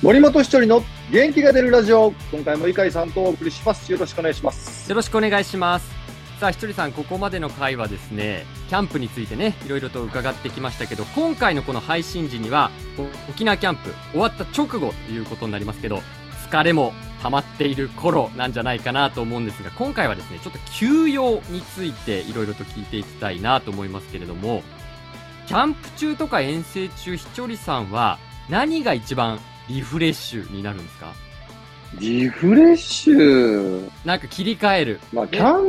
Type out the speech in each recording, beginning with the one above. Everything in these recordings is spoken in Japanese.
森本一人の元気が出るラジオ。今回も井海さんとお送りします。よろしくお願いします。 よろしくお願いします。さあ、ひとりさん、ここまでの回はですね、キャンプについてね、いろいろと伺ってきましたけど、今回のこの配信時には沖縄キャンプ終わった直後ということになりますけど、疲れも溜まっている頃なんじゃないかなと思うんですが、今回はですね、ちょっと休養についていろいろと聞いていきたいなと思いますけれども、キャンプ中とか遠征中、ひとりさんは何が一番リフレッシュになるんですか？ リフレッシュ。 なんか切り替える。 キャ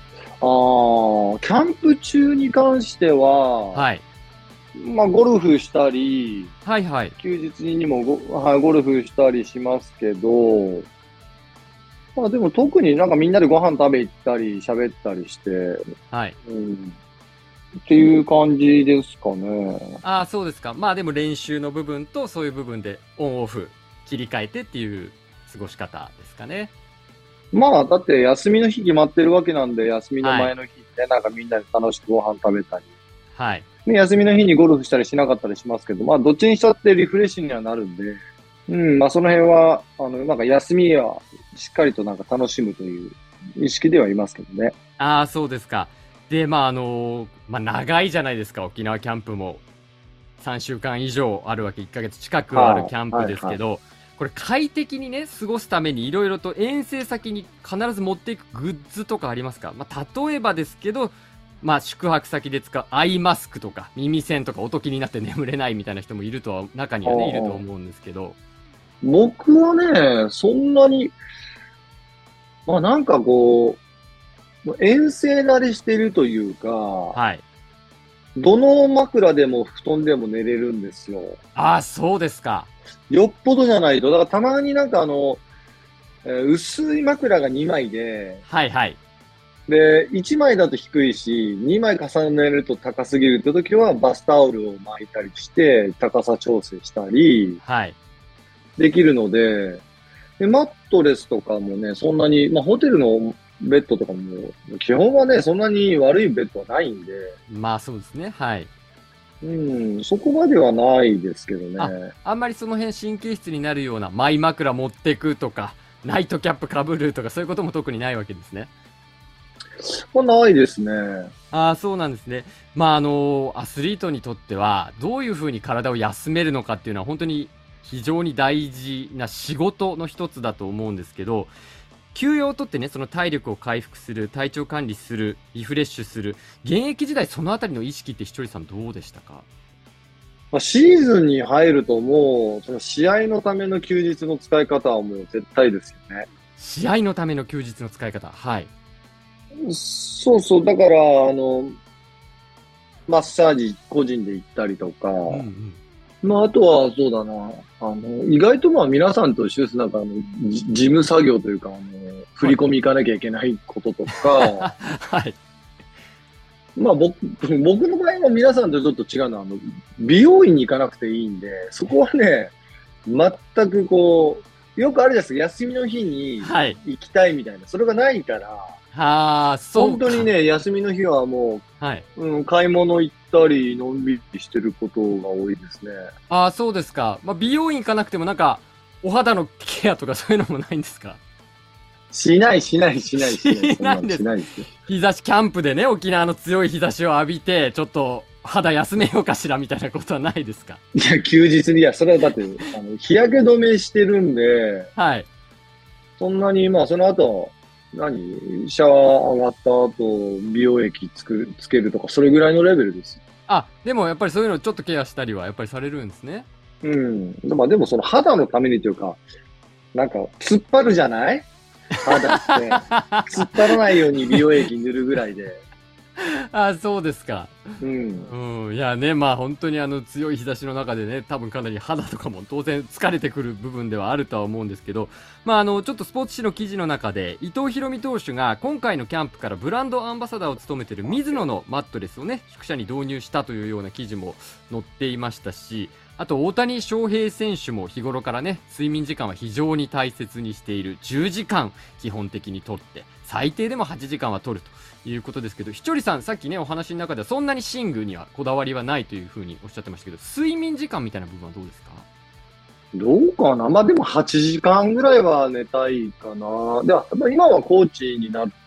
ンプ中に関しては、 はい。 ゴルフしたり、 はいはい。 休日にもゴルフしたりしますけど、でも特になんかみんなでご飯食べ行ったり喋ったりして、 はい。 っていう感じですかね。 ああ、そうですか。まあでも練習の部分とそういう部分でオンオフ切り替えてっていう過ごし方ですかね。 だって休みの日決まってるわけなんで、休みのはい。 前の日ね、なんかみんなで楽しくご飯食べたり、 はい。 ね、休みの日にゴルフしたりしなかったりしますけど、どっちにしたってリフレッシュにはなるんで、その辺は、なんか休みはしっかりとなんか楽しむという意識ではいますけどね。 ああ、そうですか。で、長いじゃないですか、沖縄キャンプも。3週間以上あるわけ、1ヶ月近くあるキャンプですけど、これ快適にね、過ごすためにいろいろと遠征先に必ず持っていくグッズとかありますか？例えばですけど、宿泊先で使うアイマスクとか耳栓とか音気になって眠れないみたいな人もいるとは、中にはね、いると思うんですけど。 僕はね、そんなに、なんかこう、遠征慣れしてるというか、 はい。 どの枕でも布団でも寝れるんですよ。 ああ、そうですか。 よっぽどじゃないと。だからたまになんか薄い枕が2枚で、 はいはい。 で、1枚だと低いし、2枚重ねると高すぎるって時はバスタオルを巻いたりして、高さ調整したりはい。 できるので、マットレスとかもね、そんなに、ホテルのベッドとかも、基本はね、そんなに悪いベッドはないんで、 そうですね。はい。 そこまではないですけどあ、 ね。 あんまりその辺神経質になるようなマイ枕持ってくとか、ナイトキャップ被るとかそういうことも特にないわけですね。 ないですね。 ああ、そうなんですね。アスリートにとっては、どういう風に体を休めるのかっていうのは本当に非常に大事な仕事の一つだと思うんですけど、休養をとってね、その体力を回復する、体調管理する、リフレッシュする、現役時代そのあたりの意識ってひとりさんどうでしたか？ シーズンに入るともう、その試合のための休日の使い方はもう絶対ですよね。 試合のための休日の使い方。はい。 そうそう。だから、マッサージ個人で行ったりとか、 うんうん。 あとはそうだな、意外と皆さんと一緒です。なんか事務作業というか、振はい。 り込み行かなきゃいけないこととか、 はい。 僕の場合は皆さんとちょっと違うのは、美容院に行かなくていいんで、そこはね、全くこう、よくあるじゃないですか、休みの日にはい。 行きたいみたいな、それがないから、 ああ、そうか。 本当にね、休みの日はもはい。 う、買い物行ったり、のんびりしてることが多いですね。 ああ、そうですか。美容院行かなくてもなんか、お肌のケアとかそういうのもないんですか？ しない、しない、しない、しない、 しそんなのないんですか？ しないですよ。 日差し、キャンプでね、沖縄の強い日差しを浴びて、ちょっと肌休めようかしらみたいなことはないですか？ いや、休日に、いや、それはだって、日焼け止めしてるんで、 はい。 そんなに、その後、シャワー上がった後、美容液つけるとか、それぐらいのレベルです。 あ、でもやっぱりそういうのちょっとケアしたりはやっぱりされるんですね。 うん。でもその肌のためにというか、なんか、突っ張るじゃない肌って。突っ張らないように美容液塗るぐらいで。 あ、そうですか。 うん。 うん。いやね、本当に強い日差しの中でね、多分かなり肌とかも当然疲れてくる部分ではあるとは思うんですけど、ちょっとスポーツ紙の記事の中で、伊藤大海投手が今回のキャンプからブランドアンバサダーを務めているミズノのマットレスをね、宿舎に導入したというような記事も載っていましたし、あと大谷翔平選手も日頃からね、睡眠時間は非常に大切にしている。10時間基本的にとって、最低でも8時間は取るということですけど、ひとりさんさっきね、お話の中ではそんなに寝具にはこだわりはないというふうにおっしゃってましたけど、睡眠時間みたいな部分はどうですか？ どうかな。まあでも8時間ぐらいは寝たいかな。で、今はコーチになって、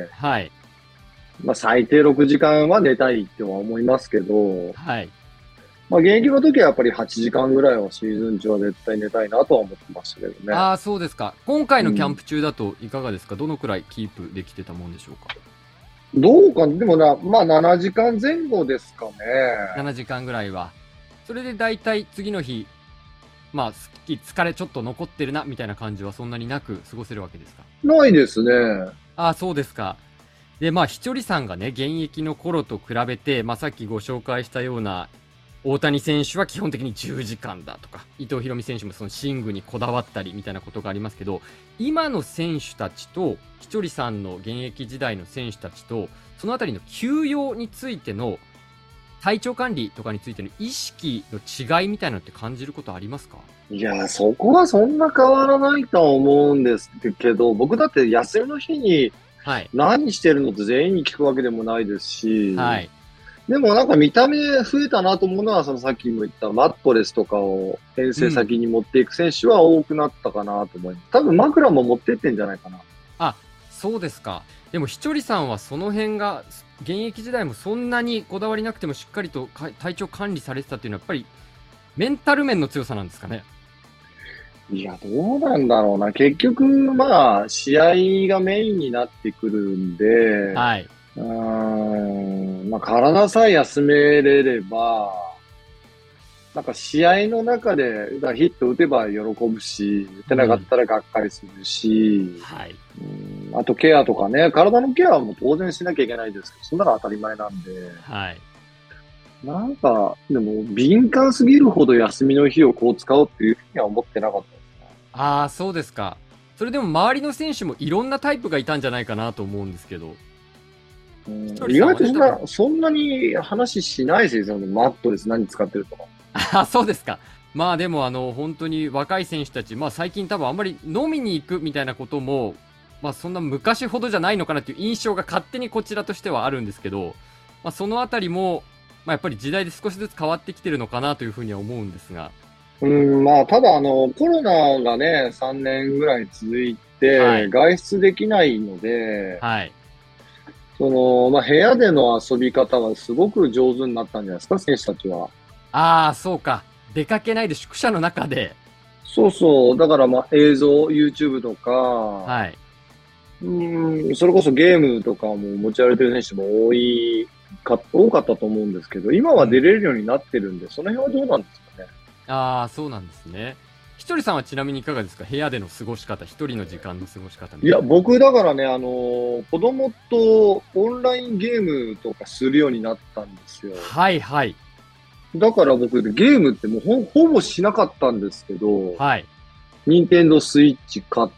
はい。 まあ最低6時間は寝たいっては思いますけど、 はい。 まあ現役の時はやっぱり8時間ぐらいはシーズン中は絶対寝たいなとは思ってましたけどね。 ああ、そうですか。今回うん。 のキャンプ中だといかがですか？どのくらいキープできてたもんでしょうか？ どうかな。でもな、まあ7時間前後ですかね。 7時間ぐらいは。それで大体次の日、まあ、疲れちょっと残ってるな、みたいな感じはそんなになく過ごせるわけですか？ ないですね。 ああ、そうですか。で、まあ、ひとりさんがね、現役の頃と比べて、まあ、さっきご紹介したような、大谷選手は基本的に10時間だとか、伊藤大美選手もその寝具にこだわったりみたいなことがありますけど、今の選手たちと、ひとりさんの現役時代の選手たちと、そのあたりの休養についての体調管理とかについての意識の違いみたいなのって感じることありますか？ いや、そこはそんな変わらないとは思うんですけど、僕だって休みの日にはい。 何してるのって全員に聞くわけでもないですし、 はい。 でもなんか見た目増えたなと思うのは、そのさっきも言ったマットレスとかを遠征うん。 先に持っていく選手は多くなったかなと思います。多分枕も持ってってんじゃないかな。 あ、そうですか。でも、ひとりさんはその辺が、現役時代もそんなにこだわりなくてもしっかりと体調管理されてたっていうのは、やっぱりメンタル面の強さなんですかね。 いや、どうなんだろうな。結局、まあ、試合がメインになってくるんで、 はい。 まあ、体さえ休めれれば、なんか試合の中で、だからヒット打てば喜ぶし、打てなかっうん。 たらがっかりするし、 はい。 あとケアとかね、体のケアも当然しなきゃいけないですけど、そんなの当たり前なんで、 はい。 なんか、でも敏感すぎるほど休みの日をこう使おうっていうふうには思ってなかったですね。 ああ、そうですか。それでも周りの選手もいろんなタイプがいたんじゃないかなと思うんですけど、ひとり意さんはね、 外と多分、 そんなに話しないですよ、そのマットレス何使ってるとか。 ああ、そうですか。まあでも本当に若い選手たち、まあ最近多分あんまり飲みに行くみたいなことも、まあそんな昔ほどじゃないのかなっていう印象が勝手にこちらとしてはあるんですけど、まあそのあたりも、まあやっぱり時代で少しずつ変わってきてるのかなというふうには思うんですが。 まあ、ただコロナがね、3年ぐらい続いて、 はい。 外出できないので、 はい。 まあ、部屋での遊び方がすごく上手になったんじゃないですか、選手たちは。 ああ、そうか。出かけないで宿舎の中で。 そうそう。だからまあ映像、YouTube とか、 はい。 それこそゲームとかも持ち歩いてる選手も多かったと思うんですけど、今は出うん。 れるようになってるんで、その辺はどうなんですかね。 ああ、そうなんですね。ひとりさんはちなみにいかがですか？部屋での過ごし方、一人の時間の過ごし方みいや、 たいな。 僕だからね、子供とオンラインゲームとかするようになったんですよ。 はいはい。 だから僕、ゲームってもうほぼしなかったんですけど、 はい。 任天堂スイッチ買って、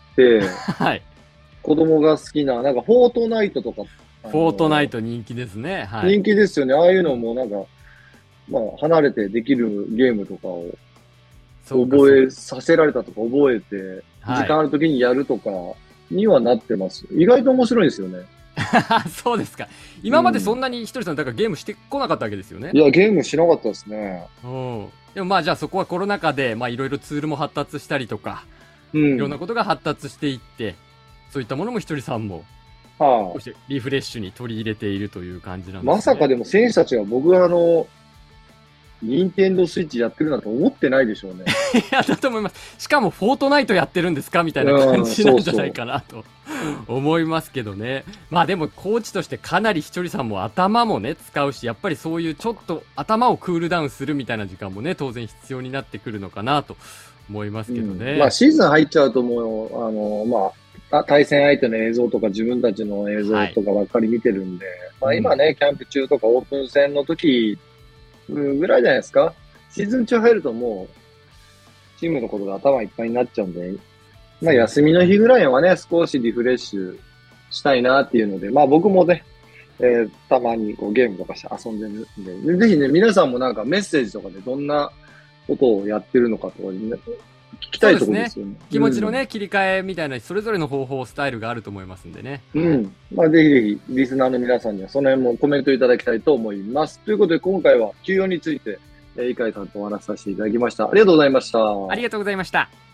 はい。 子供が好きな、なんかフォートナイトとか、あフォートナイの、 ト人気ですね。はい。 人気ですよね。ああいうのもなんか、まあ、離れてできるゲームとかをそうかそうか。 覚えさせられたとか覚えて、時はい。 間ある時にやるとかにはなってます。意外と面白いですよね。 そうですか。今までそんうん。 なにひとりさん、だからゲームしてこなかったわけですよね。 いや、ゲームしなかったですね。 うん。でもまあじゃあそこはコロナ禍で、まあいろいろツールも発達したりとか、いろんなうん。 ことが発達していって、そういったものもひとりさんもはい、 少しリフレッシュに取り入れているという感じなんですね。 まさかでも選手たちが僕が任天堂スイッチやってるなんて思ってないでしょうね。 いや、だと思います。しかも、フォートナイトやってるんですかみたいな感うん、 じなんじゃないそうそかなと思いますけどね。まあでも、コーチとしてかなりひとりさんも頭もね、使うし、やっぱりそういうちょっと頭をクールダウンするみたいな時間もね、当然必要になってくるのかなと思いますう。うけどん。まあね。 シーズン入っちゃうともう、対戦相手の映像とか自分たちの映像はい。 とかばっかり見てるんで、まうん。 あ今ね、キャンプ中とかオープン戦の時ぐらいじゃないですか。シーズン中入るともう、チームのことで頭いっぱいになっちゃうんで、まあそうですね。 休みの日ぐらいはね、少しリフレッシュしたいなっていうので、まあ僕もね、たまにこうゲームとかして遊んでるんで、ぜひね、皆さんもなんかメッセージとかでどんなことをやってるのかとか、ね、聞きたいそうですね。 ところですよね。 気持ちのね、切り替えみたいな、それぞれの方法、スタイルがあると思いますんでね。はい。 まあぜひぜひ、リスナーの皆さんにはその辺もコメントいただきたいと思います。ということで今回は休養について井海さんとお話しさせていただきました。ありがとうございました。 ありがとうございました。